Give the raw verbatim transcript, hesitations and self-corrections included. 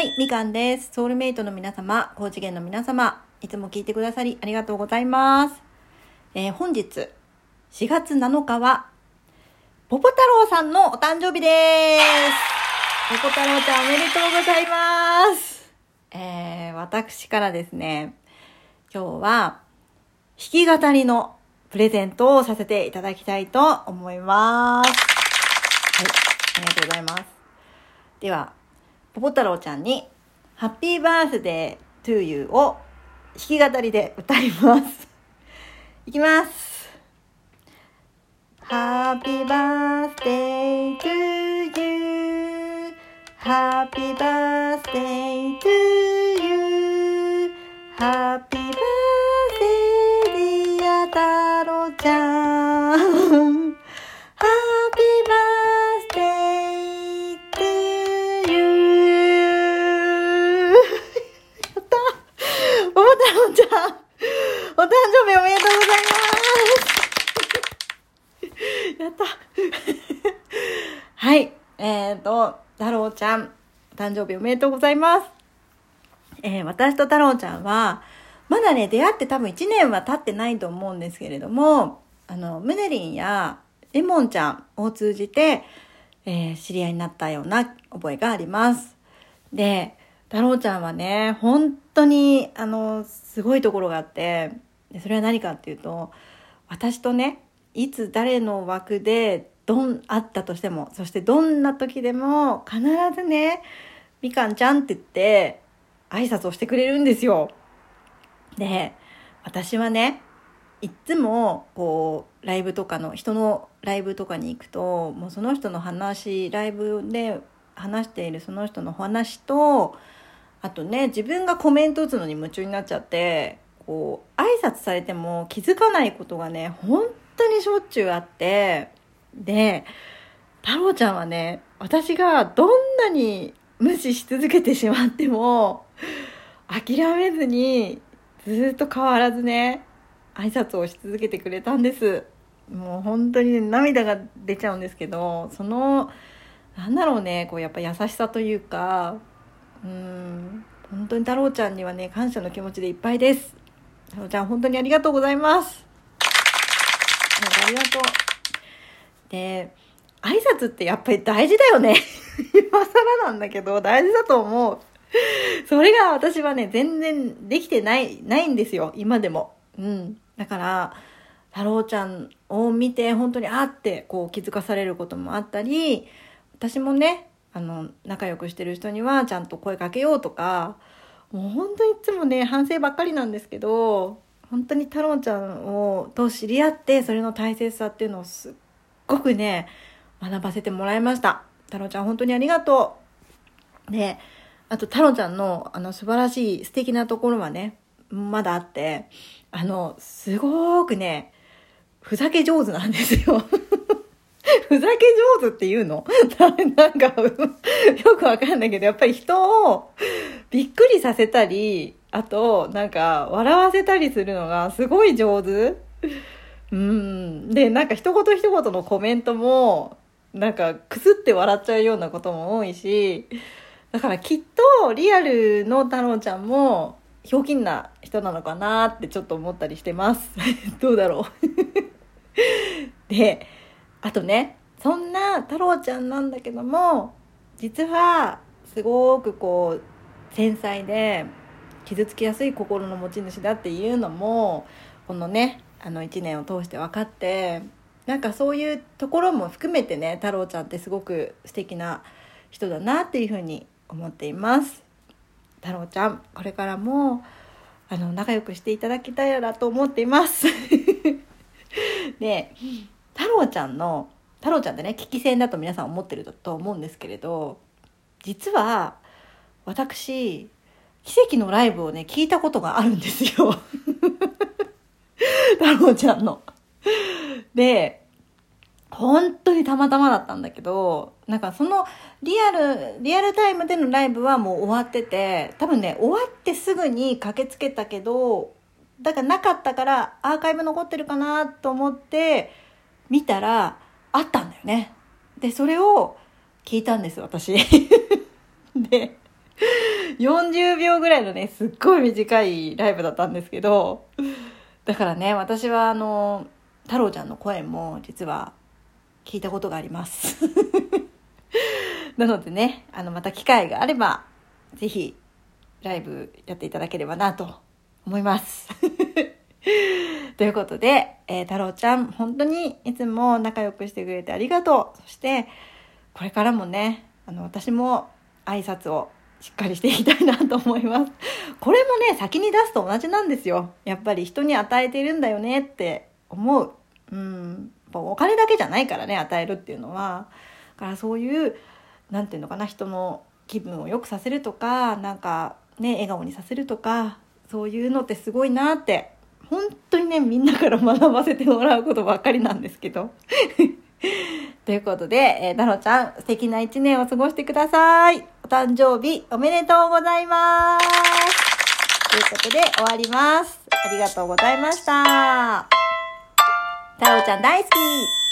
い、みかんです。ソウルメイトの皆様、高次元の皆様、いつも聞いてくださりありがとうございます。えー、本日しがつなのかはポポ太郎さんのお誕生日です。ポポ太郎ちゃんおめでとうございます。えー、私からですね、今日は弾き語りのプレゼントをさせていただきたいと思います。はい、ありがとうございます。では、ポポ太郎ちゃんにハッピーバースデートゥーユーを弾き語りで歌います。いきます。Happy birthday to you Happy birthday to you Happy birthday dear 太郎ちゃんHappy birthday to you やったポポ太郎ちゃんお誕生日おめでとうございますやったはい、えーと太郎ちゃんお誕生日おめでとうございます。えー、私と太郎ちゃんはまだね出会って多分いちねんは経ってないと思うんですけれども、あのムネリンやレモンちゃんを通じて、えー、知り合いになったような覚えがあります。で、太郎ちゃんはね本当にあのすごいところがあって、でそれは何かっていうと、私とねいつ誰の枠でどんあったとしても、そしてどんな時でも必ずねみかんちゃんって言って挨拶をしてくれるんですよ。で、私はねいつもこうライブとかの人のライブとかに行くと、もうその人の話、ライブで話しているその人の話と、あとね自分がコメント打つのに夢中になっちゃって、こう挨拶されても気づかないことがね本当にしょっちゅうあって、で太郎ちゃんはね私がどんなに無視し続けてしまっても諦めずにずっと変わらずね挨拶をし続けてくれたんです。もう本当に涙が出ちゃうんですけど、そのなんだろうね、こうやっぱ優しさというか、うーん本当に太郎ちゃんにはね感謝の気持ちでいっぱいです。太郎ちゃん本当にありがとうございます。ありがとう。で、挨拶ってやっぱり大事だよね今更なんだけど大事だと思う。それが私はね全然できてないないんですよ今でも。うん。だから太郎ちゃんを見て本当にあってこう気づかされることもあったり、私もねあの仲良くしてる人にはちゃんと声かけようとか、もう本当にいつもね反省ばっかりなんですけど、本当に太郎ちゃんをと知り合ってそれの大切さっていうのをすっごくね学ばせてもらいました。太郎ちゃん本当にありがとう。で、あと太郎ちゃんのあの素晴らしい素敵なところはねまだあって、あのすごくねふざけ上手なんですよふざけ上手っていうのなんかよくわかんないけど、やっぱり人をびっくりさせたり、あとなんか笑わせたりするのがすごい上手。うんで、なんか一言一言のコメントもなんかくすって笑っちゃうようなことも多いし、だからきっとリアルの太郎ちゃんもひょうきんな人なのかなってちょっと思ったりしてますどうだろうで、あとねそんな太郎ちゃんなんだけども、実はすごくこう繊細で傷つきやすい心の持ち主だっていうのもこのねあのいちねんを通して分かって、なんかそういうところも含めてね太郎ちゃんってすごく素敵な人だなっていうふうに思っています。太郎ちゃんこれからもあの仲良くしていただきたいなと思っていますで、太郎ちゃんの太郎ちゃんってね聞き戦だと皆さん思ってると思うんですけれど、実は私奇跡のライブをね聞いたことがあるんですよ太郎ちゃんので本当にたまたまだったんだけど、なんかそのリアルリアルタイムでのライブはもう終わってて、多分ね終わってすぐに駆けつけたけど、だからなかったからアーカイブ残ってるかなと思って見たらあったんだよね。でそれを聞いたんです私でよんじゅうびょうぐらいのね、すっごい短いライブだったんですけど、だからね、私はあの、太郎ちゃんの声も実は聞いたことがあります。なのでね、あの、また機会があれば、ぜひ、ライブやっていただければなと思います。ということで、えー、太郎ちゃん、本当にいつも仲良くしてくれてありがとう。そして、これからもね、あの、私も挨拶をしっかりしていきたいなと思います。これもね、先に出すと同じなんですよ。やっぱり人に与えているんだよねって思う。うん。お金だけじゃないからね、与えるっていうのは。だからそういう、なんていうのかな、人の気分を良くさせるとか、なんかね、笑顔にさせるとか、そういうのってすごいなって、本当にね、みんなから学ばせてもらうことばっかりなんですけど。ということで、えー、太郎ちゃん、素敵な一年を過ごしてください。お誕生日おめでとうございます。ということで、終わります。ありがとうございました。太郎ちゃん大好き。